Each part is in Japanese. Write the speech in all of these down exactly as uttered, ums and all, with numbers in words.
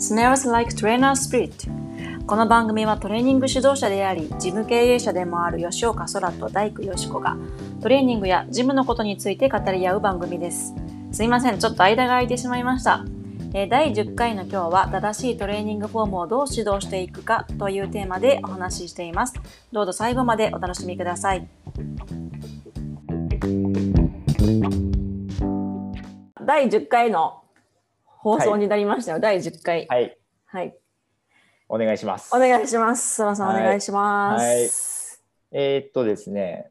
Smells like Trainer Spirit。 この番組はトレーニング指導者であり事務経営者でもある吉岡空と大工よしこがトレーニングやジムのことについて語り合う番組です。すいません、ちょっと間が空いてしまいました。だいじゅっかいの今日は正しいトレーニングフォームをどう指導していくかというテーマでお話ししています。どうぞ最後までお楽しみください。だいじゅっかいの放送になりましたよ、はい、だいじゅっかい、 はいはい、 お願いします。 お願いします。澤さん、はい、お願いします。 はい、えー、っとですね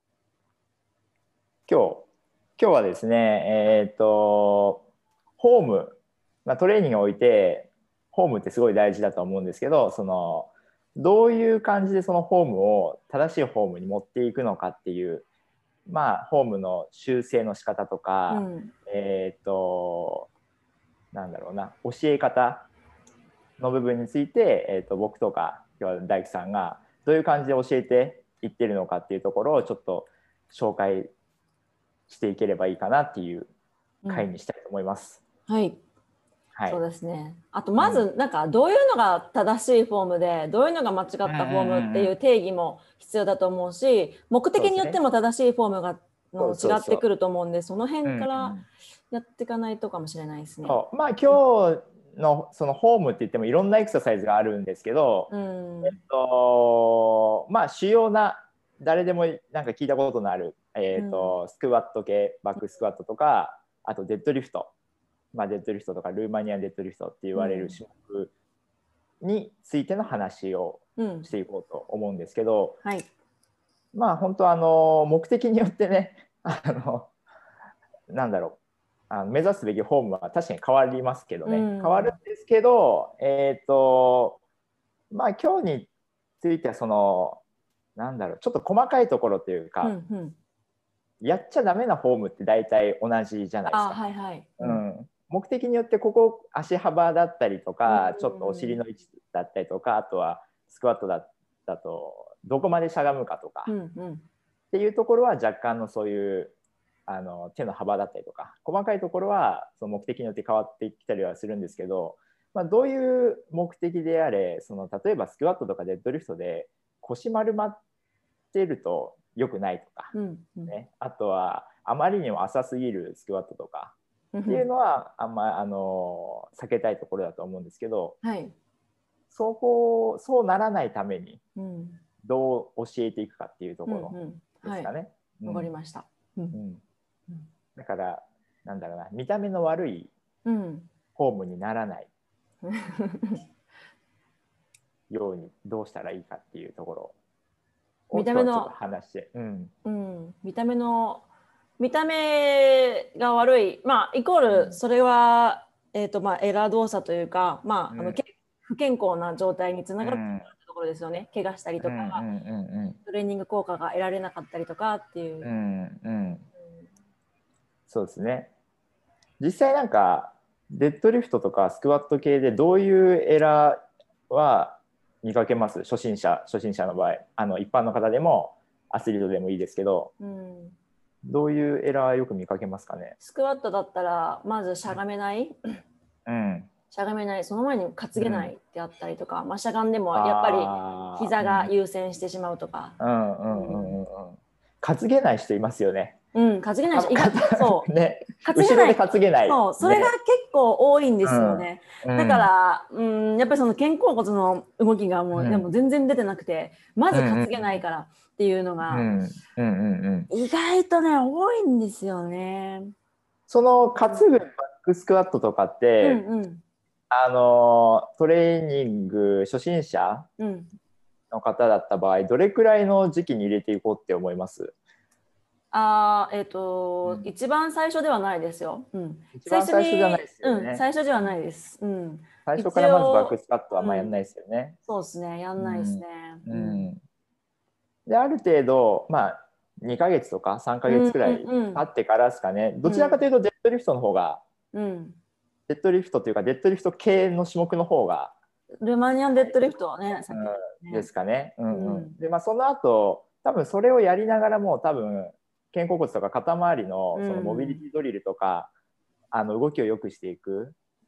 今日今日はですねえー、っとホーム、まあ、トレーニングにおいてホームってすごい大事だと思うんですけど、そのどういう感じでそのホームを正しいホームに持っていくのかっていう、まあホームの修正の仕方とか、うん、えー、っとなんだろうな教え方の部分について、えー、と僕とか今日は大工さんがどういう感じで教えていってるのかっていうところをちょっと紹介していければいいかなっていう回にしたいと思います。 うん、はい、はい、そうですね。あとまずなんかどういうのが正しいフォームでどういうのが間違ったフォームっていう定義も必要だと思うし、目的によっても正しいフォームがの違ってくると思うんで、その辺からやっていかないとかもしれないですね。 そう、まあ今日のそのホームって言ってもいろんなエクササイズがあるんですけど、うん、えっとまあ主要な誰でもなんか聞いたことのある、えーとうん、スクワット系バックスクワットとか、あとデッドリフト、まあ、デッドリフトとかルーマニアンデッドリフトって言われる種目についての話をしていこうと思うんですけど、うん、はい、まあ本当あの目的によってねあのなんだろうあの目指すべきフォームは確かに変わりますけどね、うん、変わるんですけど、えーとまあ、今日についてはそのなんだろうちょっと細かいところというか、うんうん、やっちゃダメなフォームって大体同じじゃないですか。あ、はいはい、うん、目的によってここ足幅だったりとか、うん、ちょっとお尻の位置だったりとか、あとはスクワット だ, だとどこまでしゃがむかとか、うんうん、っていうところは若干のそういうあの手の幅だったりとか細かいところはその目的によって変わってきたりはするんですけど、まあ、どういう目的であれその例えばスクワットとかデッドリフトで腰丸まってると良くないとか、うんうん、ね、あとはあまりにも浅すぎるスクワットとかっていうのはあんまあの避けたいところだと思うんですけど、はい、そこそうならないためにどう教えていくかっていうところですかね。 わかりました。うんうんだからなんだろうな見た目の悪いフォームにならないようにどうしたらいいかっていうところを今日はちょっと話して、うんうん、見た目の見た目が悪い、まあイコールそれは、うん、えーとまあ、エラー動作というか、まあうん、あの不健康な状態につながっているところですよね、うん、怪我したりとか、うんうんうんうん、トレーニング効果が得られなかったりとかっていう、うんうんそうですね。実際なんかデッドリフトとかスクワット系でどういうエラーは見かけます？初心者初心者の場合、あの一般の方でもアスリートでもいいですけど、うん、どういうエラーよく見かけますかね？ スクワットだったらまずしゃがめない、うん、しゃがめない、その前に担げないってあったりとか、うん、まあ、しゃがんでもやっぱり膝が優先してしまうとか、 うんうんうんうんうん、担げない人いますよね。 うん、担げない人、意外そう、 ね、後ろで担げない。 そう、それが結構多いんですよね。うん、だから、うん、やっぱりその肩甲骨の動きがもう、うん、でも全然出てなくて、まず担げないからっていうのが、意外とね、多いんですよね。 その担ぐバックスクワットとかって、うんうん、あのトレーニング初心者の方だった場合、どれくらいの時期に入れていこうって思います？ あえーとうん、一番最初ではないですよ。うん、 一番最初じゃないですよね。 うん、最初ではないです。うん、 最初からまずバックスカットはあんまやんないですよね。 うん、そうですね、やんないですね。 うんうん、である程度、まあ、にかげつとかさんかげつくらい経ってからですかね、うんうんうん、どちらかというとデッドリフトの方が、うん、デッドリフトというかデッドリフト系の種目の方がルーマニアンデッドリフトはね、 うん、ですかね。うんうん、でまあその後多分それをやりながらも多分肩甲骨とか肩周りのそのモビリティドリルとか、うん、あの動きを良くしていく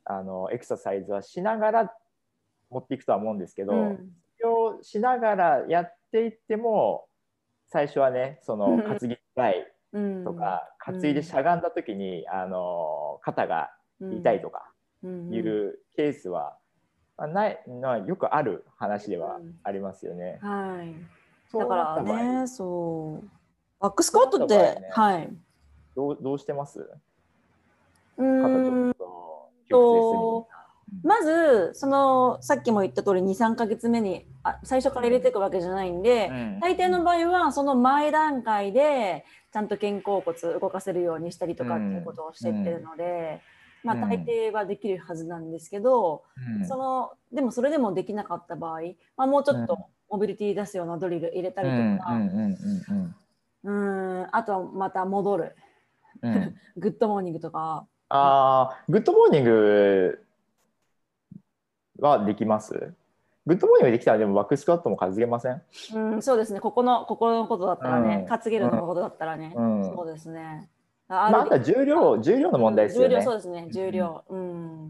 あのエクササイズはしながら持っていくとは思うんですけど、うん、それをしながらやっていっても最初はねその担ぎづらいとか、うん、担いでしゃがんだ時にあの肩が痛いとかいうケースはないのはよくある話ではありますよね。 うん、はい。だからね、そうバックスクワットって、ね、はい。 どうどうしてます？ うーんとまずそのさっきも言った通り にさんかげつめにあ最初から入れていくわけじゃないんで、うん、大抵の場合はその前段階でちゃんと肩甲骨動かせるようにしたりとかっていうことをしていってるので、うん、まあ大抵はできるはずなんですけど、うん、そのでもそれでもできなかった場合、まあ、もうちょっとモビリティ出すようなドリル入れたりとか、あとはまた戻る、うん、グッドモーニングとか。 あー、グッドモーニングはできます？グッドモーニングできたらでもバックスクワットも担げません？ うん、そうですね。ここのここのことだったらね、担げるのことだったらね、うん、そうですね。 あ、まあ、あとは重量重量の問題ですよね。 うん、重量そうですね。重量。うん。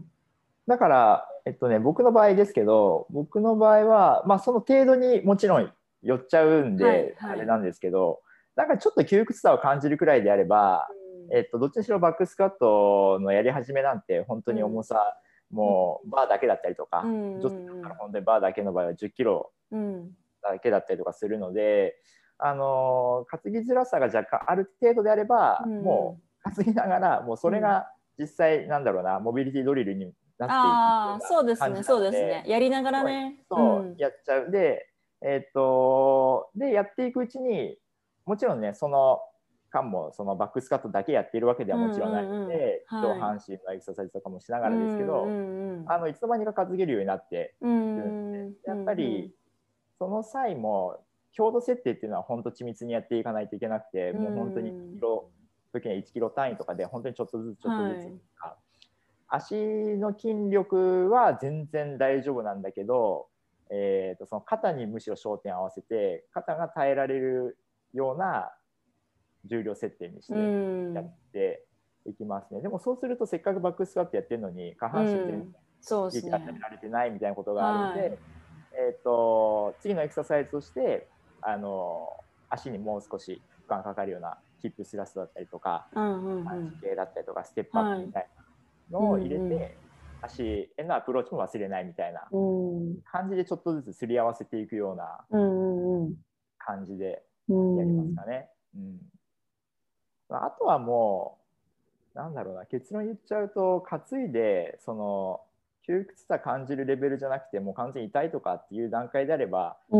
だからえっとね僕の場合ですけど、僕の場合はまあその程度にもちろん寄っちゃうんで、はいはい、あれなんですけど、なんかちょっと窮屈さを感じるくらいであれば、うん、えっとどっちにしろバックスクワットのやり始めなんて本当に重さ、うん、もうバーだけだったりとか、うん、女性だったら本当にバーだけの場合はじゅっキロだけだったりとかするので、あの担ぎづらさが若干ある程度であれば、うん、もう担ぎながらもうそれが実際なんだろうな、モビリティドリルになっていくような感じなので、 そうですね、そうですね、やりながらね、 そう、うん、やっちゃうで、えー、っとでやっていくうちにもちろんねその間もそのバックスカットだけやっているわけではもちろんないので、うんうんうん、上半身のエクササイズとかもしながらですけど、うんうんうん、あのいつの間にか担げるようになっているんで、やっぱりその際も強度設定っていうのは本当緻密にやっていかないといけなくて、もう本当にいちキロ時にはいちキロ単位とかで本当にちょっとずつちょっとずつ、はい、足の筋力は全然大丈夫なんだけど、えー、とその肩にむしろ焦点を合わせて肩が耐えられるような重量設定にしてやっていきますね。でもそうするとせっかくバックスクワットやってるのに下半身で息が止められてないみたいなことがあるので、はい、えー、と次のエクササイズとしてあの足にもう少し負荷がかかるようなヒップスラストだったりとか、 うんうんうん、 半身系だったりとかステップアップみたいなのを入れて、うんうん、足へのアプローチも忘れないみたいな感じでちょっとずつすり合わせていくような感じでやりますかね。うんうんうん、あとはもうなんだろうな、結論言っちゃうと担いでその窮屈さ感じるレベルじゃなくてもう完全に痛いとかっていう段階であれば、うん、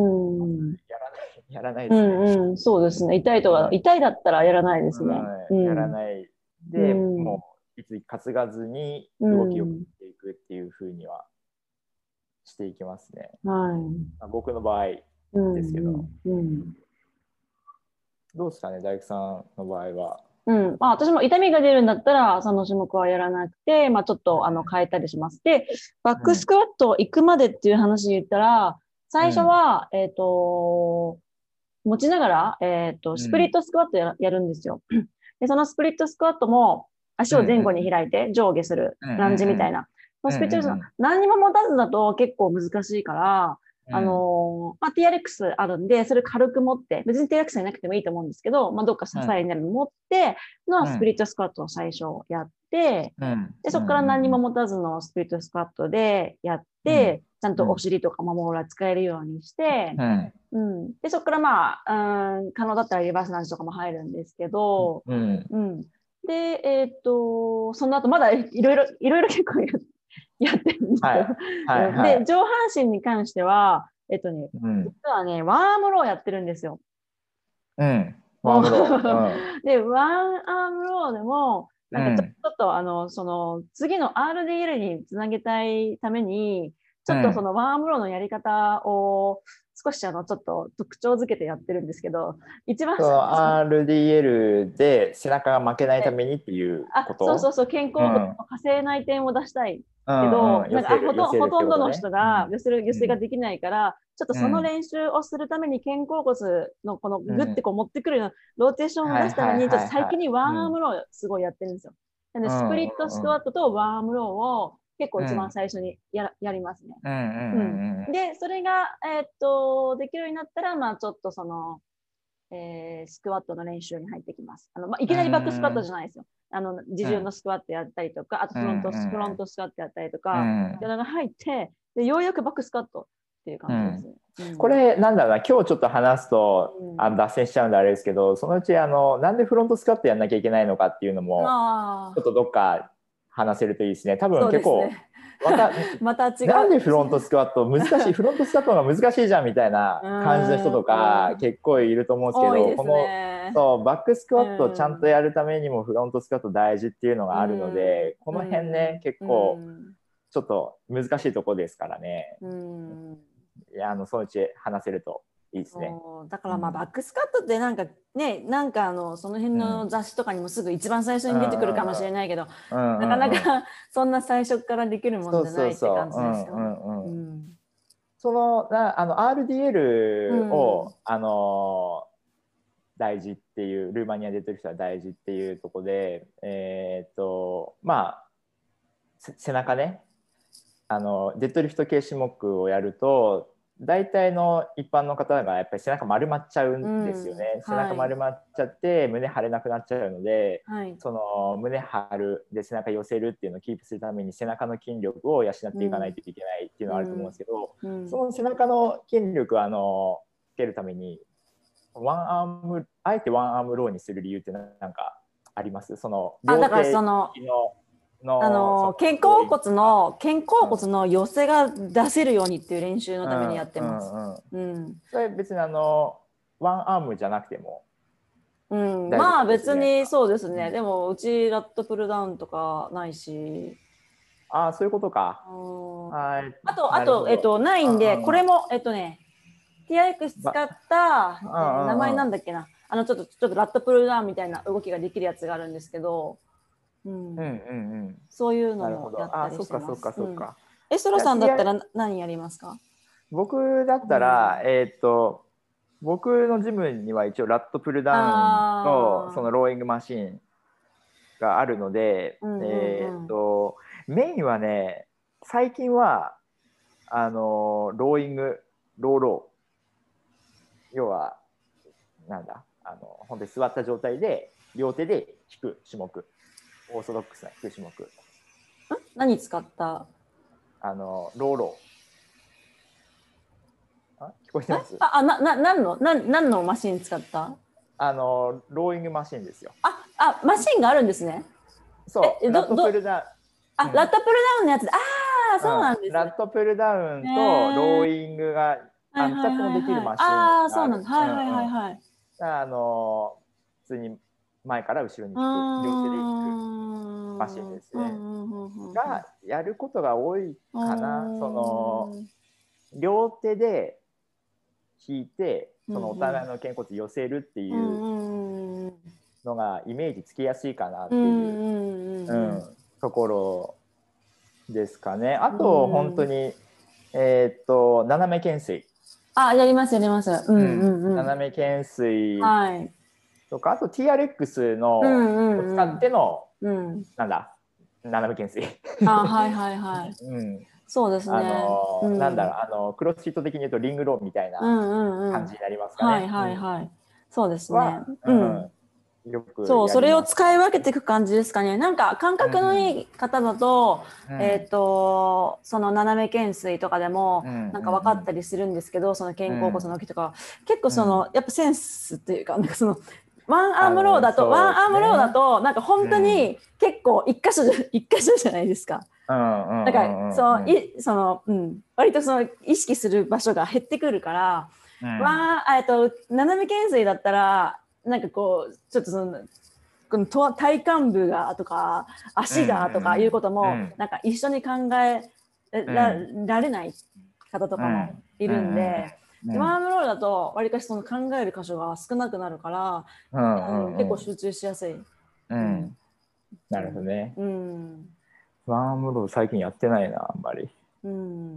やらないやらないですね。 うんうん、そうですね。痛いとか、うん、痛いだったらやらないですね。 うん、やらないで、うん、もういつ担がずに動きを送っていくっていう風にはしていきますね。 はい、 僕の場合ですけど、うんうん、どうですかね、大工さんの場合は。 うんまあ、私も痛みが出るんだったらその種目はやらなくて、まあ、ちょっとあの変えたりします。でバックスクワット行くまでっていう話で言ったら、最初は、うん、えっと持ちながら、えっとスプリットスクワット や, やるんですよ。でそのスプリットスクワットも足を前後に開いて上下するランジみたいな、うんうん、スプリットスクワット何にも持たずだと結構難しいから、あのーまあ、ティーアールエックス あるんで、それ軽く持って、別に ティーアールエックス じゃなくてもいいと思うんですけど、まあ、どっか支えになるの持ってのスプリットスクワットを最初やって、うん、でそこから何も持たずのスプリットスクワットでやって、うん、ちゃんとお尻とかもも裏使えるようにして、うんうん、でそこからまあ、うん、可能だったらリバースランジとかも入るんですけど、うんうん、で、えー、っと、その後まだいろいろ、いろいろ結構やって、やってるんですよ。はいはいはい、で、上半身に関しては、えっとね、うん、実はね、ワームローやってるんですよ。 うん、ワームロー。 うん、で、ワンアームローでも、なんかちょっと、うん、とあの、その、次の アールディーエル につなげたいために、ちょっとそのワームローのやり方を少しあのちょっと特徴づけてやってるんですけど、一番その アールディーエル で背中が負けないためにっていうこと？ あ、そうそうそう、肩甲骨の火星内転を出したいけど、うんうん、なんかほと、ね、ほとんどの人が寄せる、寄せができないから、うん、ちょっとその練習をするために肩甲骨のこのグッてこう持ってくるようなローテーションを出すために、ちょっと最近にワンアームローすごいやってるんですよ。なのでスプリットスクワットとワンアームローを結構一番最初にや、うん、やりますね。 うんうんうんうん、 でそれが、えー、っとできるようになったら、まあ、ちょっとその、えー、スクワットの練習に入ってきます。あの、まあ、いきなりバックスクワットじゃないですよ。あの自重のスクワットやったりとか、あとフロント、うんうん、フロントスクワットやったりとか、うん、っていうのが入ってでようやくバックスクワットっていう感じですね。 うんうん、これなんだろうな、今日ちょっと話すと、うん、あの脱線しちゃうんであれですけど、そのうちあのなんでフロントスクワットやんなきゃいけないのかっていうのもちょっとどっか話せるといいですね。多分結構またまた違うなんでフロントスクワット難しいフロントスクワットが難しいじゃんみたいな感じの人とか結構いると思うんですけど、 ね、 このそうバックスクワットをちゃんとやるためにもフロントスクワット大事っていうのがあるので、この辺ね結構ちょっと難しいところですからね。いやあのそのうち話せるといいですね。 だからまあバックスカットってなんかね、なんかあのその辺の雑誌とかにもすぐ一番最初に出てくるかもしれないけど、なかなかそんな最初からできるもんじゃないって感じですよ。 そのなあの アールディーエル を、うん、あの大事っていうルーマニアで出てる人は大事っていうところで、えー、っとまあ背中ね、あのデッドリフト系種目をやると大体の一般の方がやっぱり背中丸まっちゃうんですよね、うん、背中丸まっちゃって胸張れなくなっちゃうので、はい、その胸張るで背中寄せるっていうのをキープするために背中の筋力を養っていかないといけないっていうのがあると思うんですけど、うんうん、その背中の筋力をあのつけるためにワンアームあえてワンアームローにする理由ってなんかあります？その両手ののあの肩甲骨の肩甲骨の寄せが出せるようにっていう練習のためにやってます。 それ別にあのワンアームじゃなくても、 うん、まあ別にそうですね。うん、でもうちラットプルダウンとかないし。 ああそういうことか。 はい。あとあとえっとないんで、これもえっとね ティーアイエックス 使った、えー、名前なんだっけな、あのちょっとちょっとラットプルダウンみたいな動きができるやつがあるんですけど。うんうんうん、そういうのもやったりしてます。あ、そうかそうかそうか。うん、え、ソロさんだったら何やりますか？ 僕だったら、うん、えっと僕のジムには一応ラットプルダウンとそのローイングマシーンがあるので、うんうんうん、えっとメインはね最近はあのローイングローロー要はなんだあの本当に座った状態で両手で引く種目。オーソドックスな引く種目。ん？ 何使った？ あのローロー。あ、聞こえてます？ ああなな何のな何のマシン使った？ あのローイングマシンですよ。 ああマシンがあるんですね。 そう。ラットプルダウン。 あ、うん、ラットプルダウンのやつ。ああそうなんです、ねうん。 ラットプルダウンとローイングがあのふたつもできるマシンがある。あそうなんです。はいはいはいはい。 あの普通に前から後ろに引く両手で引くマシンですね。がやることが多いかな。その両手で引いてそのお互いの肩骨寄せるっていうのがイメージつきやすいかなっていうところですかね。あと本当にえっと斜め懸垂。 あ、やりますやります。うんうんうん、 斜め懸垂とか、はい、あと ティーアールエックス の、うんうんうん、を使っての、うん、なんだ斜め懸垂。 あ、はいはいはい。うん、そうですね。 あの、うん、なんだろうあのクロスフィット的に言うとリングローみたいな感じになりますかね。 はいはいはい。うん、そうですね。 うん。よくそうそれを使い分けていく感じですかね。なんか感覚のいい方だと、うん、えっとその斜め懸垂とかでもなんか分かったりするんですけど、その肩甲骨の動きとか、うん、結構その、うん、やっぱセンスっていうかなんかそのワンアームローだと、ね、ワンアームローだとなんか本当に結構一箇所じゃ、一箇所じゃないですか。なんかそのいその、うん、割とその意識する場所が減ってくるから、うん、ワンえっと斜め懸垂だったらなんかこうちょっとそのこの体幹部がとか足がとかいうこともなんか一緒に考え ら,、うん、られない方とかもいるんで、ワンアームロールだとわりかしその考える箇所が少なくなるから、うんうん、結構集中しやすい。うんうん、なるほどね。うん、ワンアームロール最近やってないなあんまり。うん、う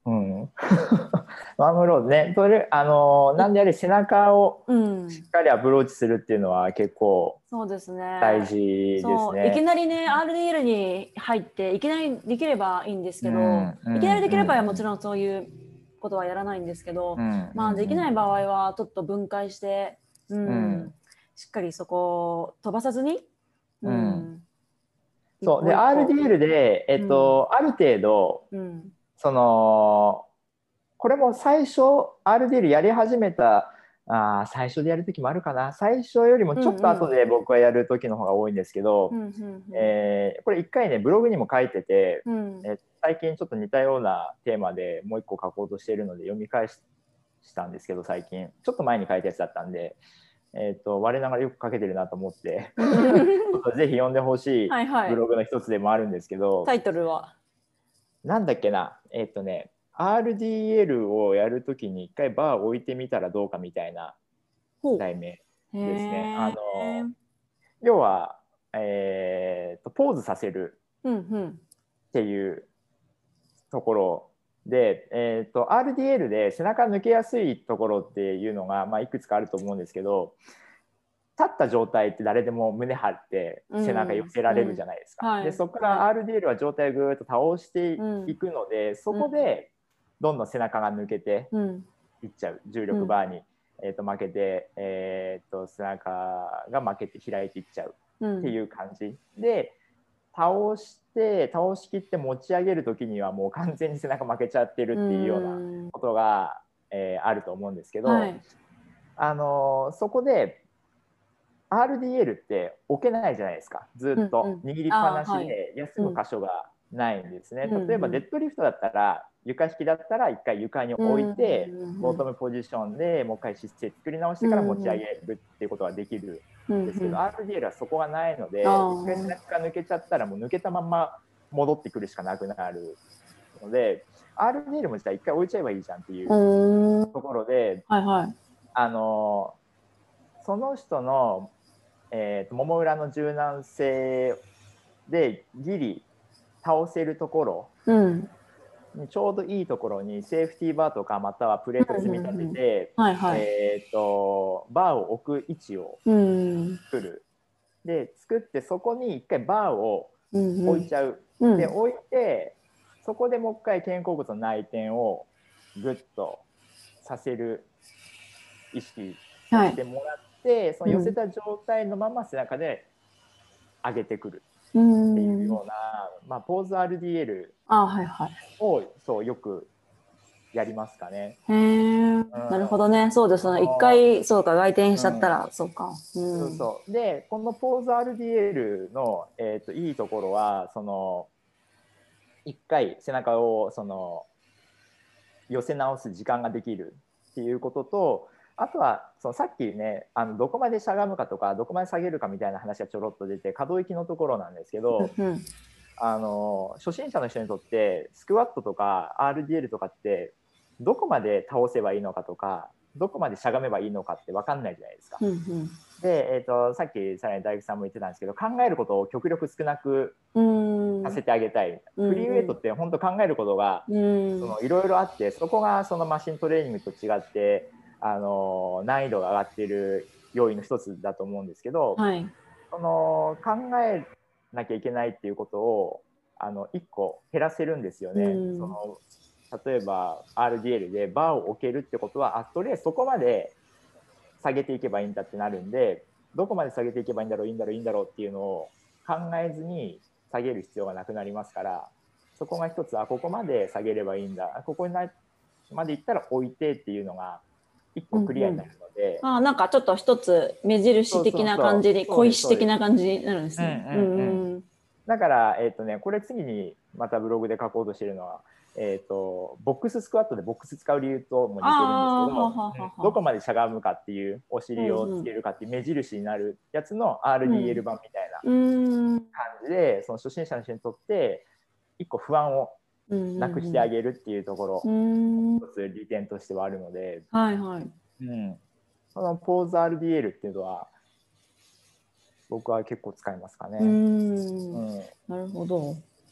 うん、ワームロードね、それあのなんであれ背中をしっかりアプローチするっていうのは結構そうですね。 大事ですそういきね。 なりね アールディーエル に入っていきなりできればいいんですけど、 うん、 いきなりできればはもちん、 ろんそういうことはやらないんですけど、 うん、 まあできない場合はちょっと分解して、うん、 うん、 しっかりそこを飛ばさずに、ううん、 ん、一そうで歩一歩、 アールディーエル で、えっと、ある程度うん、 そのこれも最初 アールディーエル やり始めたあ最初でやる時もあるかな、最初よりもちょっと後で僕はやる時の方が多いんですけど、 うんうん、 えー、これ一回ねブログにも書いてて、 うん、 え最近ちょっと似たようなテーマでもう一個書こうとしているので読み返したんですけど、最近ちょっと前に書いたやつだったんで、えー、と我ながらよく書けてるなと思ってぜひ読んでほしいブログの一つでもあるんですけど、 はいはい、タイトルはなんだっけな、えっ、ー、とね アールディーエル をやるときに一回バーを置いてみたらどうかみたいな題名ですね。あの要は、えー、とポーズさせるっていうところで、えー、と アールディーエル で背中抜けやすいところっていうのが、まあ、いくつかあると思うんですけど、立った状態って誰でも胸張って背中寄せられるじゃないですか。うんうん、でそこから アールディーエル は状態をぐーっと倒していくので、うん、そこでどんどん背中が抜けていっちゃう、重力バーに、えー、と負けて、えー、と背中が負けて開いていっちゃうっていう感じ、うん、で倒して倒しきって持ち上げる時にはもう完全に背中負けちゃってるっていうようなことが、えー、あると思うんですけど、はい、あのそこでアールディーエル って置けないじゃないですか、ずっと握りっぱなしで休む箇所がないんですね、うん、例えばデッドリフトだったら床引きだったら一回床に置いて、ボトムポジションでもう一回姿勢作り直してから持ち上げるっていうことができるんですけど、 アールディーエル はそこがないので、一回背中が抜けちゃったらもう抜けたまま戻ってくるしかなくなるので、 アールディーエル もじゃあ一回置いちゃえばいいじゃんっていうところで、はいはい、あのその人のえー、ともも裏の柔軟性でギリ倒せるところにちょうどいいところにセーフティーバーとかまたはプレート積み立てて、えー、とバーを置く位置を作る、で作ってそこに一回バーを置いちゃう、で置いてそこでもう一回肩甲骨の内転をグッとさせる意識をしてもらって、はい、その寄せた状態のまま背中で上げてくるっていうような、まあ、ポーズ アールディーエル を、はいはい、そうよくやりますかね。 へー、うん、なるほどね。そうですね。一回そうか外転しちゃったら、うん、そうか、 うん、そうそうでこのポーズ アールディーエル の、えー、といいところはその一回背中をその寄せ直す時間ができるっていうことと、あとはそのさっきねあのどこまでしゃがむかとかどこまで下げるかみたいな話がちょろっと出て可動域のところなんですけど、うんうん、あの初心者の人にとってスクワットとか アールディーエル とかってどこまで倒せばいいのかとかどこまでしゃがめばいいのかって分かんないじゃないですか。うんうん、で、えーと、さっきさらに大工さんも言ってたんですけど、考えることを極力少なくさせてあげたい。フリーウェイトって本当考えることがいろいろあって、そこがそのマシントレーニングと違ってあの難易度が上がっている要因の一つだと思うんですけど、はい、その考えなきゃいけないっていうことをあのいっこ減らせるんですよね。その例えば アールディーエル でバーを置けるってことは、あとりあえずそこまで下げていけばいいんだってなるんで、どこまで下げていけばいいんだろういいんだろういいんだろうっていうのを考えずに下げる必要がなくなりますから、そこが一つ、あここまで下げればいいんだ、ここにまでいったら置いてっていうのが一個クリアになるので、 うんうん、あなんかちょっと一つ目印的な感じに小石的な感じになるんですね。 だから、えーとね、これ次にまたブログで書こうとしているのは、えーと、ボックススクワットでボックス使う理由とも似てるんですけど、どこまでしゃがむかっていうお尻をつけるかっていう目印になるやつの アールディーエル 版みたいな感じで、その初心者の人にとって一個不安をなくしてあげるっていうところ、一つ利点としてはあるので、はいはいうん、そのポーズ アールディーエル っていうのは僕は結構使いますかね。 うん、うん、なるほど。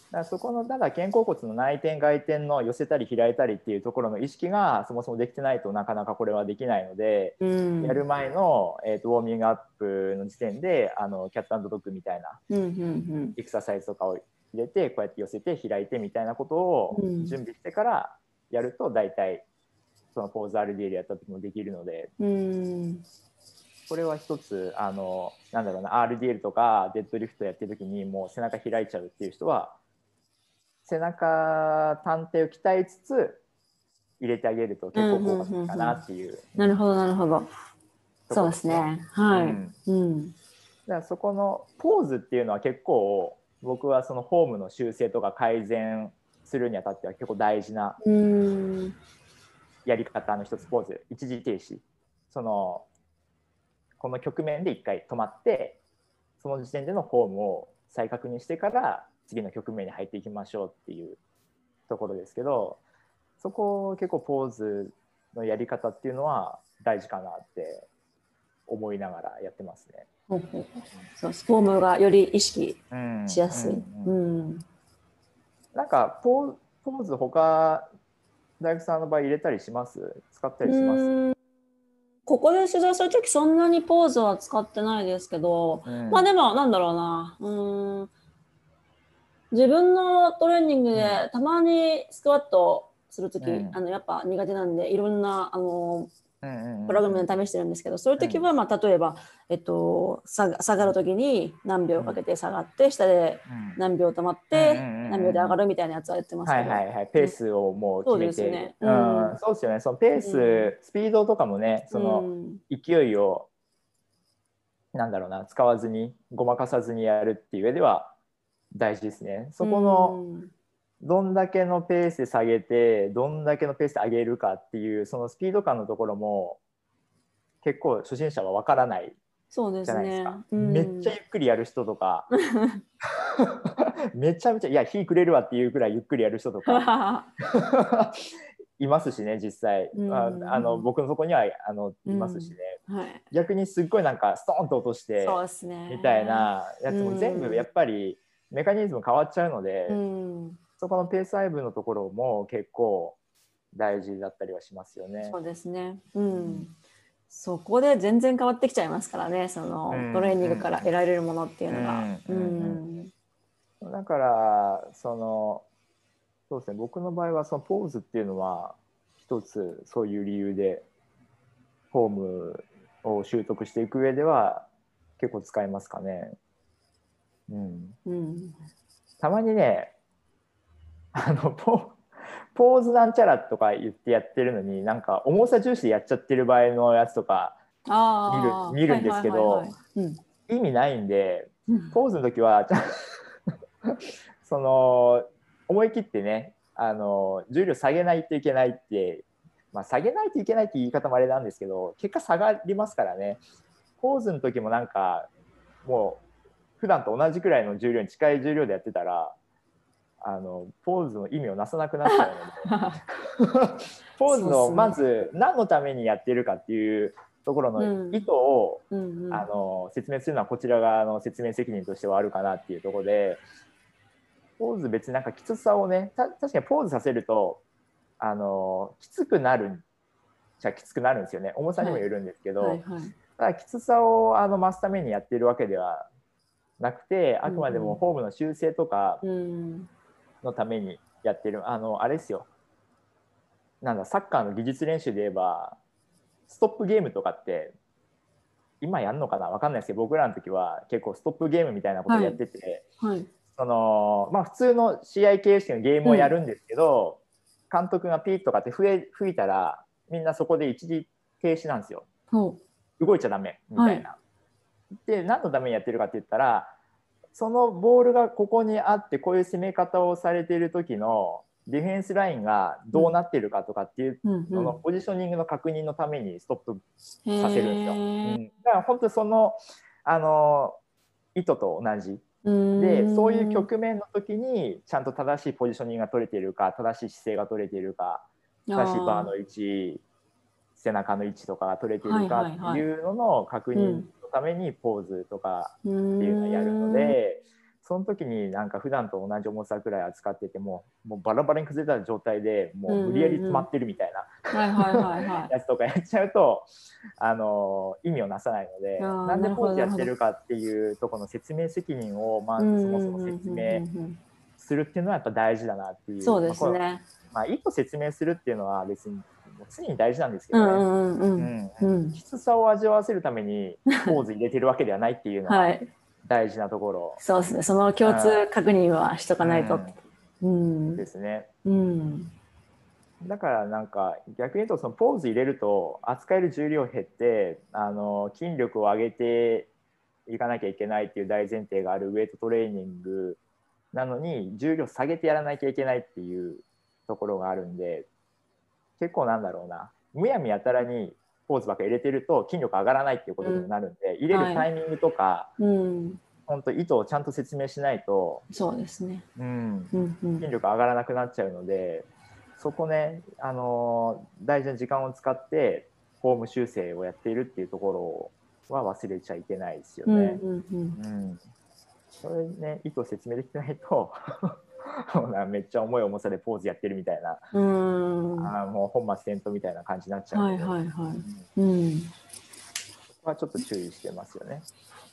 だからそこのただ肩甲骨の内転外転の寄せたり開いたりっていうところの意識がそもそもできてないとなかなかこれはできないので、うん、やる前の、えーと、ウォーミングアップの時点であのキャット&ドッグみたいなエクササイズとかを入れてこうやって寄せて開いてみたいなことを準備してからやると大体そのポーズ アールディーエル やった時もできるので、うん、これは一つあのなんだろうな アールディーエル とかデッドリフトやってる時にもう背中開いちゃうっていう人は背中探偵を鍛えつつ入れてあげると結構効果的かなっていう。 なるほどなるほど。そうですね。はい。うんうん、 だからそこのポーズっていうのは結構僕はそのフォームの修正とか改善するにあたっては結構大事なやり方の一つポーズ。一時停止。そのこの局面で一回止まってその時点でのフォームを再確認してから次の局面に入っていきましょうっていうところですけど、そこ結構ポーズのやり方っていうのは大事かなって思いながらやってますね。 うんうん、そうフォームがより意識しやすい。 なんかポーポーズ他大工さんの場合入れたりします？使ったりします？ ここで取材するときそんなにポーズは使ってないですけど、うん、まあでもなんだろうな、うん、自分のトレーニングでたまにスクワットするとき、うん、あのやっぱ苦手なんでいろんなあのプログラムで試してるんですけど、そういうときはまあ例えば、えっと、下がるときに何秒かけて下がって下で何秒止まって何秒で上がるみたいなやつはやってますけど、 はいはいはい、ペースをもう決めて、そうですね、うん、そうですよね。そのペース、うん、スピードとかもね、その勢いを、うん、なんだろうな、使わずにごまかさずにやるっていう上では大事ですね。そこの、うんどんだけのペースで下げてどんだけのペースで上げるかっていうそのスピード感のところも結構初心者は分からないじゃないですか。そうですね、うん、めっちゃゆっくりやる人とかめちゃめちゃいや火くれるわっていうくらいゆっくりやる人とかいますしね実際、うん、ああの僕のとこにはあのいますしね、うんはい、逆にすっごいなんかストーンと落としてみたいなやつも全部やっぱりメカニズム変わっちゃうので、うんそこのペース配分のところも結構大事だったりはしますよね。 そうですね。うん。うん、そこで全然変わってきちゃいますからね。その、うん、トレーニングから得られるものっていうのが。 だからそのそうですね。僕の場合はそのポーズっていうのは一つそういう理由でフォームを習得していく上では結構使いますかね。うん。うん、たまにね。あの ポ, ポーズなんちゃらとか言ってやってるのになんか重さ重視でやっちゃってる場合のやつとか見る見るんですけど意味ないんでポーズの時はその思い切ってねあの重量下げないといけないって、まあ、下げないといけないって言い方もあれなんですけど結果下がりますからね。ポーズの時もなんかもう普段と同じくらいの重量に近い重量でやってたらあのポーズの意味をなさなくなっちゃうのでポーズのまず何のためにやってるかっていうところの意図を、うんうん、あの説明するのはこちら側の説明責任としてはあるかなっていうところでポーズ別になんかきつさをねた確かにポーズさせるとあのきつくなるじゃきつくなるんですよね。重さにもよるんですけど、はいはいはい、ただきつさをあの増すためにやってるわけではなくてあくまでもフォームの修正とか、うんうんのためにやってるあのあれですよなんだサッカーの技術練習で言えばストップゲームとかって今やるのかな分かんないですけど僕らの時は結構ストップゲームみたいなことをやってて、はいはい、そのまあ普通の試合形式のゲームをやるんですけど、うん、監督がピーとかって吹いたらみんなそこで一時停止なんですよ、うん、動いちゃダメみたいな、はい、で何のためにやってるかって言ったらそのボールがここにあってこういう攻め方をされている時のディフェンスラインがどうなってるかとかっていうののポジショニングの確認のためにストップさせるんですよ。うん、だから本当にそのあの意図と同じでそういう局面の時にちゃんと正しいポジショニングが取れているか正しい姿勢が取れているか正しいバーの位置背中の位置とかが取れているかっていうのの確認のためにポーズとかっていうのをやるのでその時になんか普段と同じ重さくらい扱っててももうバラバラに崩れた状態でもう無理やり詰まってるみたいなやつとかやっちゃうとあの意味をなさないので、なんでポーズやってるかっていうところの説明責任をまずそもそも説明するっていうのはやっぱ大事だなっていう。 そうですね。 まあ、意図説明するっていうのは別に常に大事なんですけどね、きつさを味わわせるためにポーズ入れてるわけではないっていうのは大事なところ、はい、 そうですね。その共通確認はしとかないと、 うん、ですね、うん、だからなんか逆に言うとそのポーズ入れると扱える重量減ってあの筋力を上げていかなきゃいけないっていう大前提があるウェイトトレーニングなのに重量下げてやらなきゃいけないっていうところがあるんで、結構なんだろうな、むやみやたらにポーズばっかり入れてると筋力上がらないっていうことにもなるんで、うん、入れるタイミングとか、はいうん、本当意図をちゃんと説明しないとそうですね、 うんうんうん、筋力上がらなくなっちゃうので、そこね、あの大事な時間を使ってフォーム修正をやっているっていうところは忘れちゃいけないですよね。うんうんうんうん、それね、意図を説明できてないとめっちゃ重い重さでポーズやってるみたいな、うんあもう本末転倒みたいな感じになっちゃうので、はいはいはいうん、そこはちょっと注意してますよね。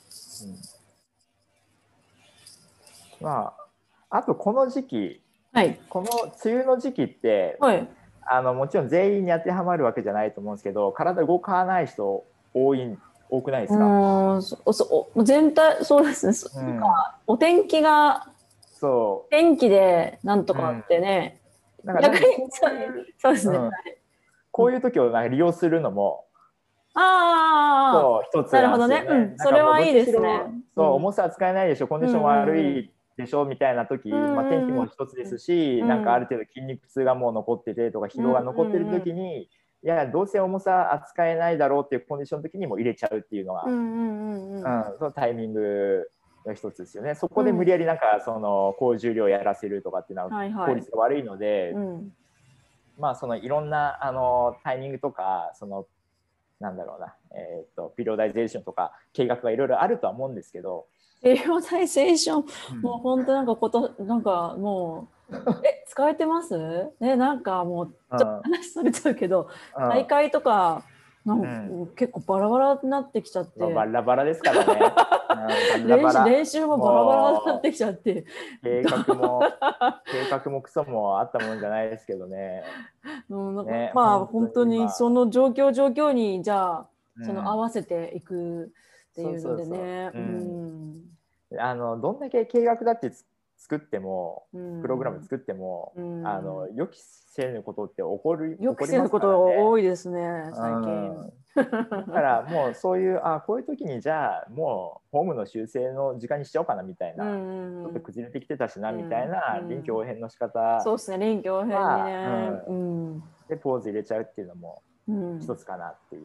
うん、まああとこの時期、はい、この梅雨の時期って、はい、あのもちろん全員に当てはまるわけじゃないと思うんですけど、体動かない人多い多くないですか？ うんそそ全体そうですね、うん、なんかお天気がそう天気でなんとかってね、うん、なんか逆にそうですね、うん、 こういう時をなんか利用するのもあそう一つなんですよね。なるほどね、 うん、それはいいですね。 そう、重さは使えないでしょ、コンディション悪いでしょ、うん、みたいな時、まあ、天気も一つですし、うん、なんかある程度筋肉痛がもう残っててとか疲労が残ってる時に、うん、いやどうせ重さ扱えないだろうっていうコンディションの時にも入れちゃうっていうのが、うんうん、そのタイミングの一つですよね。そこで無理やりなんかその高重量やらせるとかっていうのは効率が悪いので、はいはい、うん、まあそのいろんなあのタイミングとかそのなんだろうな、えーと、ピリオダイゼーションとか計画がいろいろあるとは思うんですけど、 ピリオダイゼーション、うん、もう本当なんかことなんかもうえ使えてますね、なんかもうちょっと話されちゃうけど、うん、大会とかなんか、うん、結構バラバラになってきちゃって、まあ、 バラバラですからねうん、練習練習もバラバラになってきちゃって計画も計画もクソもあったものじゃないですけどね、 うんね、まあ本当にその状況状況にじゃあ、うん、その合わせていくっていうのでね、 あのどんだけ計画だって作っても、うん、プログラム作っても、うん、あの予期せぬことって起こる予期せぬこと多いですね最近。 だからもうそういうあこういう時にじゃあもうホームの修正の時間にしちゃおうかなみたいな、うん、ちょっと崩れてきてたしなみたいな、うん、臨機応変の仕方、 そうですね、臨機応変にね、 うん、でポーズ入れちゃうっていうのも一つかなっていう。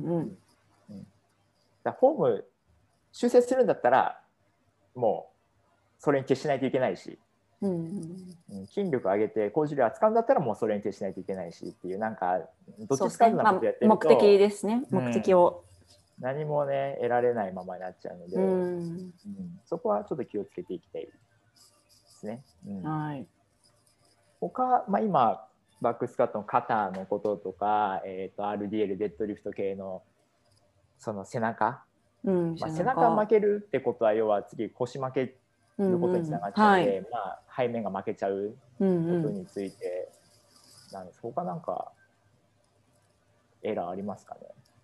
フォーム修正するんだったらもうそれに徹しないといけないし、うんうん、筋力上げて高重量扱うんだったらもうそれに徹しないといけないしっていう、なんかどっちつかずなことやってると、 まあ、目的ですね、目的を、 うん、何もね得られないままになっちゃうので、うんうん、そこはちょっと気をつけていきたいですね。うん、はい、他、まあ、今バックスカットの肩のこととか、えーと、アールディーエル デッドリフト系のその背中、うんまあ、背中負けるってことは要は次腰負けることにつながっちゃうので、うんうんはいまあ、背面が負けちゃうことについて、うんうん、なんです他なんかエラーありますかね？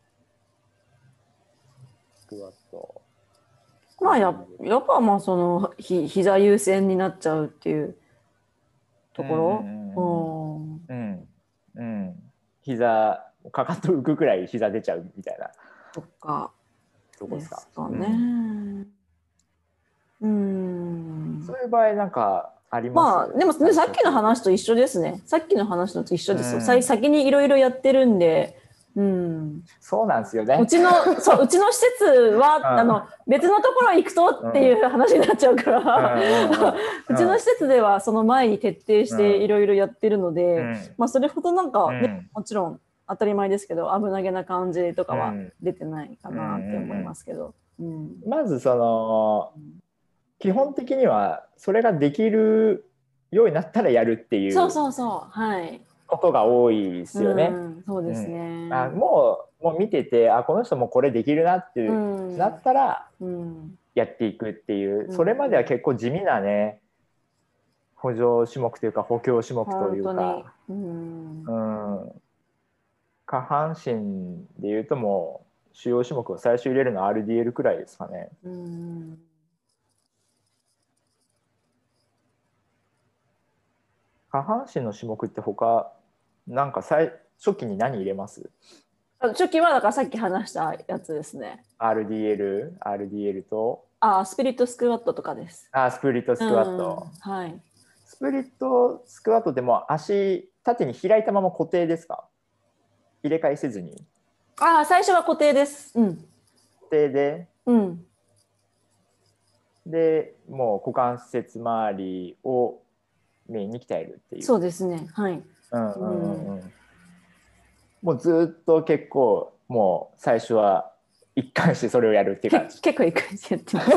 スクワットまあややっぱまあそのひ膝優先になっちゃうっていうところ、 うんうんうん、膝かかと浮くくらい膝出ちゃうみたいなとかどこですか？ ですかね。うん、 そういう場合なんかあります？まあでも、ね、さっきの話と一緒ですね。さっきの話と一緒ですよ。うん、先にいろいろやってるんで、うん、 そうなんですよね。 うちのそううちの施設は、うん、あの別のところ行くとっていう話になっちゃうから、うん、うちの施設ではその前に徹底していろいろやってるので、うん、まあそれほどなんか、ねうん、もちろん当たり前ですけど危なげな感じとかは出てないかなって思いますけど、 うんうん、まずその基本的にはそれができるようになったらやるっていうそうそうそう、はい、 ことが多いですよね。 うん、そうですね、 うん、あもう、もう見てて、あこの人もこれできるなってうん、 なったらうんやっていくっていう、 うん、 それまでは結構地味なね補助種目というか補強種目というか、 うん、 うん、下半身でいうともう主要種目を最初入れるのは アールディーエル くらいですかね。 うん、 下半身の種目って他なんか最初期に何入れます？ 初期はだからさっき話したやつですね。 アールディーエル、アールディーエル とあ、スピリットスクワットとかです。 あスプリットスクワット、 うん、はい。 スプリットスクワットでも足縦に開いたまま固定ですか？入れ替えせずにあ、最初は固定です。うん。 固定で、 うん。 でもう股関節周りをメインに鍛えるっていう。 そうですね。はい。 うんうんうんうん。もうずっと結構もう最初は一貫してそれをやるっていう感じ。 結構いくやってます。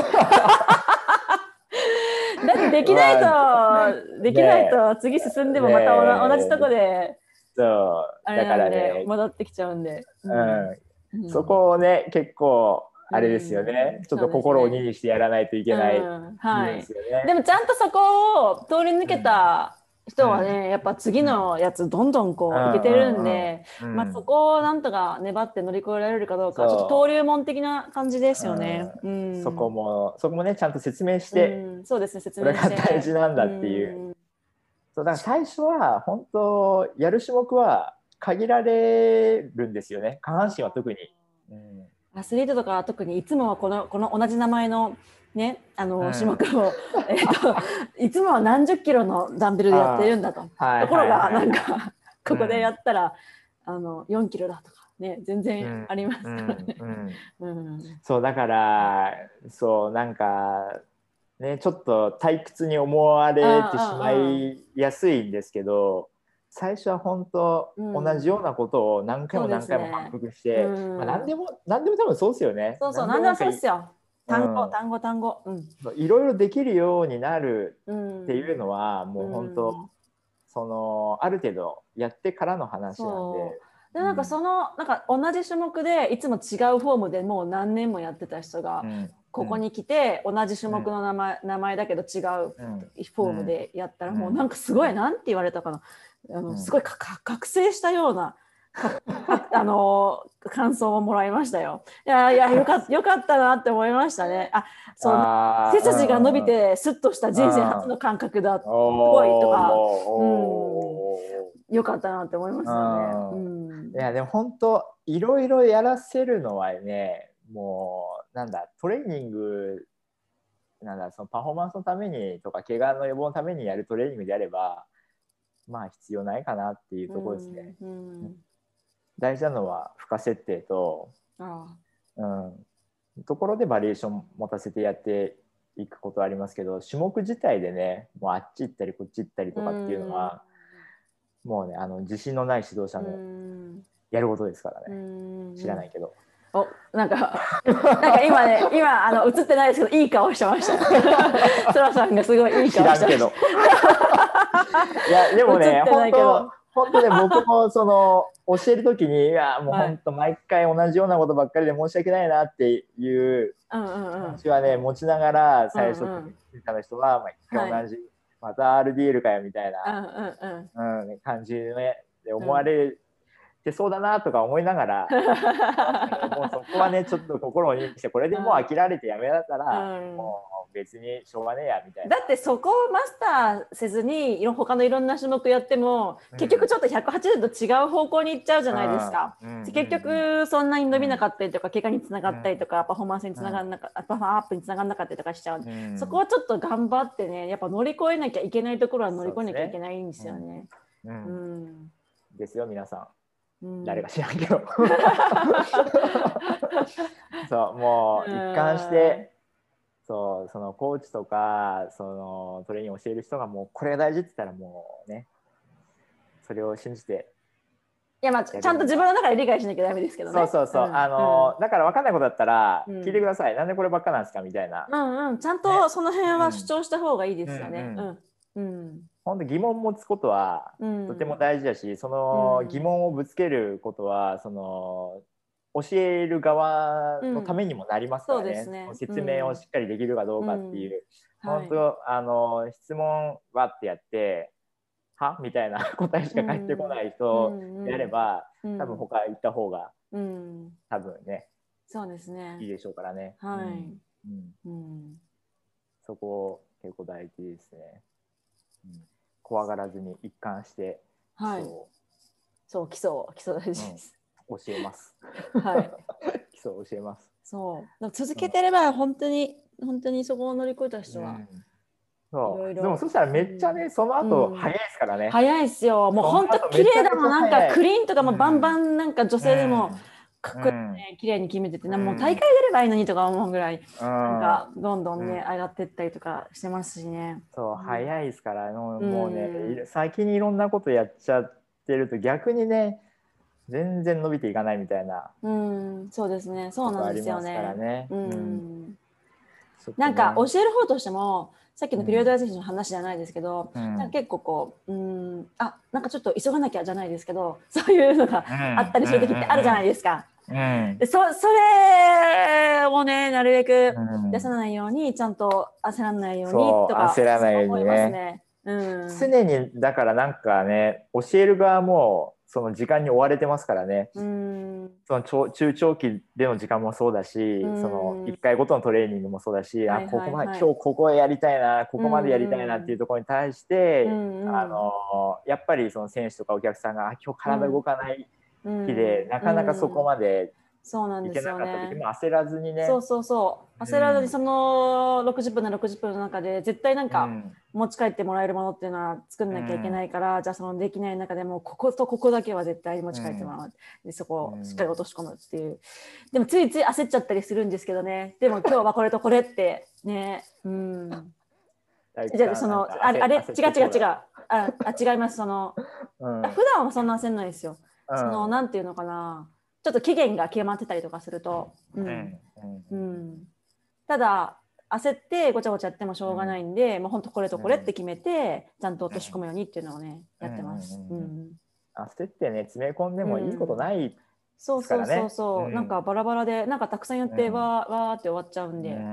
だってできないと、まあ、できないと次進んでもまた同じとこで、 そうあれだからなんでね、 戻ってきちゃうんで。 うん、 うん、 そこをね結構あれですよね、 うん、 ちょっと心を鬼にしてやらないといけないうん部はい。 分ですよね。 でもちゃんとそこを通り抜けた人はね、 うん、 やっぱ次のやつどんどんこういけてるんで、 うんうんうん、 まあ、そこをなんとか粘って乗り越えられるかどうか、ちょっと登竜門的な感じですよね。 う、 うん、 そこもそこもねちゃんと説明しうて、 ん、そうですね、説これが明して。 大事なんだっていう。 うん、 そうだから最初は本当やる種目は限られるんですよね、下半身は特に。うん、 アスリートとか特にいつもはこのこの同じ名前のね、あの、 うん、 種目を、えー、といつもは何十キロのダンベルでやってるんだと、ところがなんかここでやったら、あのよんキロだとかね、全然ありますからね。 そうだからそうなんかねちょっと退屈に思われてしまいやすいんですけど、最初は本当同じようなことを何回も何回も反復して、まあ、何でも何でも多分そうですよね。 そうそう、何でもそうですよ。単語、単語、単語。 いろいろできるようになるっていうのは、もう本当、そのある程度やってからの話なんで。 でなんかそのなんか同じ種目でいつも違うフォームでもう何年もやってた人がここに来て同じ種目の名前、名前だけど違うフォームでやったらもうなんかすごいなんて言われたかな、あのすごい覚醒したようなあの感想をもらいましたよ。いやいやよかったよかったなって思いましたね。あ、そう背筋が伸びてスッとした人生初の感覚だすごいとか、うん、よかったなって思いましたね。うん、 いやでも本当いろいろやらせるのはね、もうなんだトレーニングなんだそのパフォーマンスのためにとか怪我の予防のためにやるトレーニングであればまあ必要ないかなっていうところですね。うんうん、大事なのは負荷設定と、ああ、うん、ところでバリエーション持たせてやっていくことはありますけど、種目自体でねもうあっち行ったりこっち行ったりとかっていうのは、うもうねあの自信のない指導者のやることですからね。知らないけど。 おなんかなんか今ね今あの映ってないですけどいい顔してました。そらさんがすごいいい顔してました。知らんけど。 いやでもね本当本当ね僕もその教えるときにいやもう本当毎回同じようなことばっかりで申し訳ないなっていう気持ちはね持ちながら最初見た人は毎回同じ、はい、また アールディーエル かよみたいな、うんうん、感じで、ね、で思われる。うんでそうだなとか思いながらもうそこはねちょっと心を鬼にしてこれでもう飽きられてやめだったら、うん、もう別にしょうがねえやみたいな。 だってそこをマスターせずに他のいろんな種目やっても、うん、結局ちょっとひゃくはちじゅうど違う方向に行っちゃうじゃないですか、うん、結局そんなに伸びなかったりとか怪我につながったりとか、うん、パフォーマンスにつながらなかった、うん、パフォーマンスアップにつながらなかったりとかしちゃう、うん、そこをちょっと頑張ってねやっぱ乗り越えなきゃいけないところは乗り越えなきゃいけないんですよね。 うんうん、ですよ皆さん。うん、誰か知らんけどそうもう一貫してそうそのコーチとかそのトレーニングを教える人がもうこれが大事って言ったらもうねそれを信じていやまあちゃんと自分の中で理解しなきゃダメですけどね。 そうそうそう、うん、あの、うん、だから分かんないことだったら聞いてください、うん、なんでこればっかなんですかみたいな。 うんうん、ちゃんとその辺は主張した方がいいですよね。うんうん。 本当疑問持つことはとても大事だし、その疑問をぶつけることはその教える側のためにもなりますからね。うん、そうですね。説明をしっかりできるかどうかっていう、うん、本当、はい、あの質問はってやってはみたいな答えしか返ってこない人であれば、うんうん、多分他行った方が、うん、多分ね、 そうですね、 いいでしょうからね。 はい、 うんうん、そこ結構大事ですね。うん、怖がらずに一貫して基礎を、はい、 そう基礎基礎大事です、 うん、教えます。 はい、 基礎を教えます。 そう続けてれば本当に、うん、本当にそこを乗り越えた人は、うん、 そういろいろでもそしたらめっちゃね、うん、その後早いですからね、 早いですよ。もう本当綺麗だもん。なんかクリーンとかもバンバンなんか女性でもかっこいいね、綺麗に決めてて、もう大会出ればいいのにとか思うぐらい、なんかどんどんね上がっていったりとかしてますしね。 そう早いですから、もうね先にいろんなことやっちゃってると逆にね全然伸びていかないみたいな。 うん、そうですね。そうなんですよね。 ねうん 。なんか教える方としてもさっきのピリオドライゼーションの話じゃないですけど、うん、なんか結構こう、うん、あなんかちょっと急がなきゃじゃないですけど、そういうのがあったりする時ってあるじゃないですか。うん、で そ, それをねなるべく出さないように、ちゃんと焦らないようにとか焦らないようにね。うん、常にだからなんかね教える側もその時間に追われてますからね。うん、その長中長期での時間もそうだし、うん、そのいっかいごとのトレーニングもそうだし、はいはいはい、あここまで今日ここやりたいなここまでやりたいなっていうところに対して、うんうん、あのやっぱりその選手とかお客さんが今日体動かない日で、うん、なかなかそこまでいけなかった時も焦らずにね。 そうそうそう焦らずに、そのろくじゅっぷんのろくじゅっぷんの中で絶対なんか持ち帰ってもらえるものっていうのは作んなきゃいけないから、うん、じゃあそのできない中でもこことここだけは絶対に持ち帰ってもらう、うん、でそこをしっかり落とし込むっていう。でもついつい焦っちゃったりするんですけどね。でも今日はこれとこれってね、うん。じゃあそのあれあれ違う違う違うああ違います。その、うん、普段はそんな焦んないですよ。うん、そのなんていうのかな。ちょっと期限が決まってたりとかすると、うんうんうん、ただ焦ってごちゃごちゃやってもしょうがないんで、うん、もう本当これとこれって決めて、ちゃんと落とし込むようにっていうのをね、うん、やってます、うんうん、 焦ってね詰め込んでもいいことないですからね。 そうそうそうそう、うん、なんかバラバラでなんかたくさんやってわー、うん、わーって終わっちゃうんで、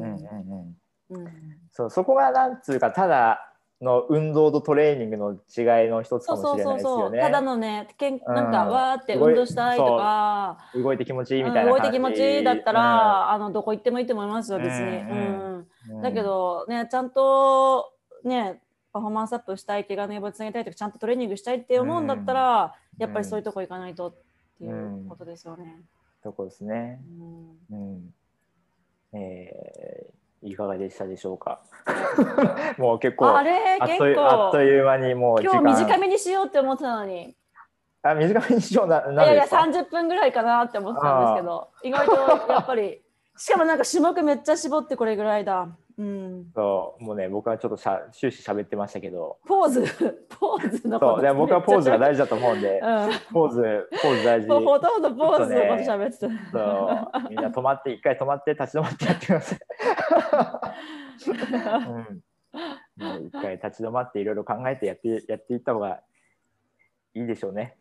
そうそこがなんつうかただの運動とトレーニングの違いの一つかもしれないですよね。 ただのね、けんなんか、うん、わーって運動したいとか、 動いて気持ちいいみたいな感じ、 うん、動いて気持ちいいだったら、うん、あのどこ行ってもいいと思いますよ別に。うんうん、だけどね、ちゃんとねパフォーマンスアップしたい、怪我の予防つなげたいとか、ちゃんとトレーニングしたいって思うんだったら、うん、やっぱりそういうとこ行かないとっていうことですよね。 とこですね。うんうん、えーいかがでしたでしょうか。もう結構あれ結構あっという間にもう時間今日短めにしようって思ってたのに。 あ短めにしような。 いやいやさんじゅっぷんぐらいかなって思ってたんですけど、意外とやっぱりしかもなんか種目めっちゃ絞ってこれぐらいだ。うん、 そうもうね僕はちょっとしゃ終始喋ってましたけど、 ポーズポーズのことそうで僕はポーズが大事だと思うんで、うん、ポーズポーズ大事。 ほとんどポーズのこと喋ってた、ね、 そうみんな止まって一回止まって立ち止まってやってください。うん、一回立ち止まっていろいろ考えてやってやっていった方がいいでしょうね。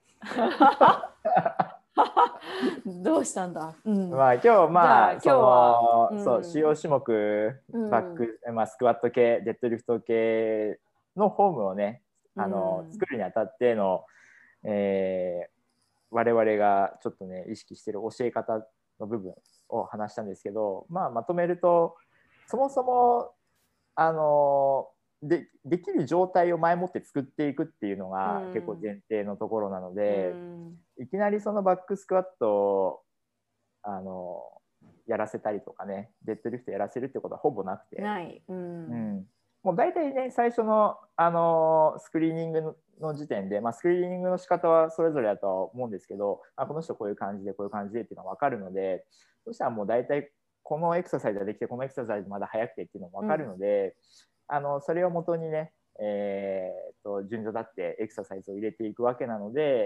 どうしたんだ、うん、 まあ今日まあ今日は、うん、そう主要種目バック、うんまあ、スクワット系デッドリフト系のフォームをねあの、うん、作るにあたっての、えー、我々がちょっとね意識している教え方の部分を話したんですけど、まあ、まとめるとそもそもあのでできる状態を前もって作っていくっていうのが結構前提のところなので、うん、いきなりそのバックスクワットをあのやらせたりとかねデッドリフトやらせるってことはほぼなくてない、うんうん、もう大体ね最初の、あのスクリーニングの時点で、まあ、スクリーニングの仕方はそれぞれだとは思うんですけどあこの人こういう感じでこういう感じでっていうのが分かるのでそしたらもう大体このエクササイズができてこのエクササイズまだ早くてっていうのも分かるので、うん、あのそれをもとにね、えー、と順序立ってエクササイズを入れていくわけなので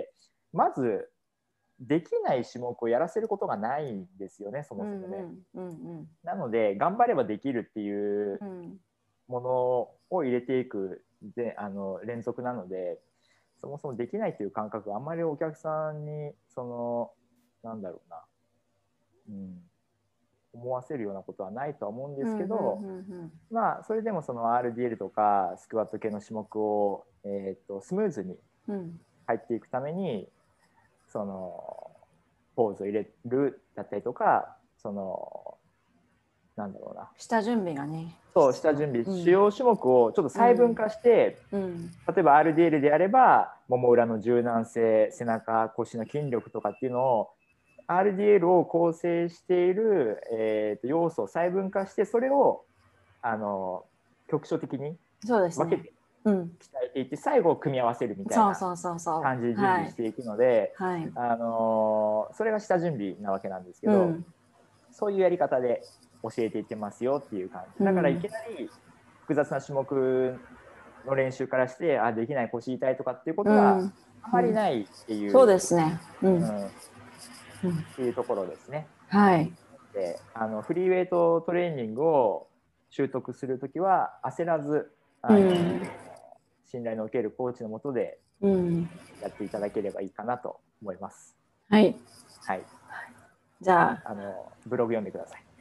まずできない種目をやらせることがないんですよね、そもそもね。うんうんうんうん、なので頑張ればできるっていうものを入れていくであの連続なので、そもそもできないっていう感覚があんまりお客さんにそのなんだろうな、うん、思わせるようなことはないとは思うんですけど、まあそれでもその アールディーエル とかスクワット系の種目を、えー、とスムーズに入っていくために、そのポーズを入れるだったりとか、そのなんだろうな、 下準備がね、 そう下準備、うん、主要種目をちょっと細分化して、うんうん、例えば アールディーエル であればもも裏の柔軟性、背中腰の筋力とかっていうのを アールディーエル を構成している、えー、と要素を細分化して、それをあの局所的に分けて鍛えていって、最後組み合わせるみたいな感じで準備していくので、はいはい、あのそれが下準備なわけなんですけど、うん、そういうやり方で教えていってますよっていう感じだから、いきなり複雑な種目の練習からして、あできない、腰痛いとかっていうことはあまりないっていう、うん、 そうですね、うんうん、 っていうところですね。 はい、 であのフリーウェイトトレーニングを習得するときは焦らず、あの、うん、信頼の受けるコーチのもとでやっていただければいいかなと思います。 はい、 はい、 じゃあ、 あのブログ読んでください。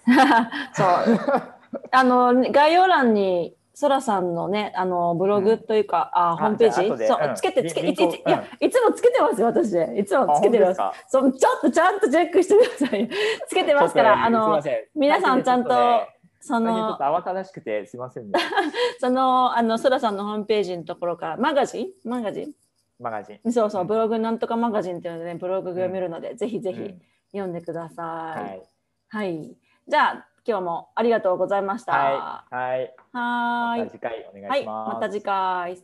そうあの概要欄にそらさんのね、あのブログというか、うん、あホームページ、そう、うん、つけてつけいちいち、いやいつもつけてますよ、私。いつもつけてます。そうちょっとちゃんとチェックしてください。つけてますから、あの皆さんちゃんと、ね、そのちょっと慌ただしくてすいませんね。 そのあのそらさんのホームページのところからマガジンマガジンマガジンそうそう、ブログなんとかマガジンっていうのでね、ブログが読めるので、うん、ぜひぜひ読んでください。はい。はいじゃあ今日もありがとうございました。 はい。はい。 はいまた次回お願いします。 はい、また次回。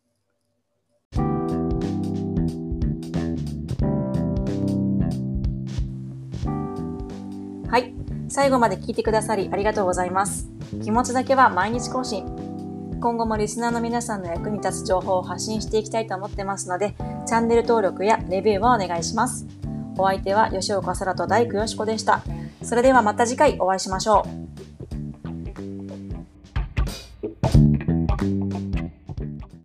はい、最後まで聞いてくださりありがとうございます。気持ちだけは毎日更新。今後もリスナーの皆さんの役に立つ情報を発信していきたいと思ってますので、チャンネル登録やレビューをお願いします。お相手は吉岡空と大工よしこでした。それではまた次回お会いしましょう。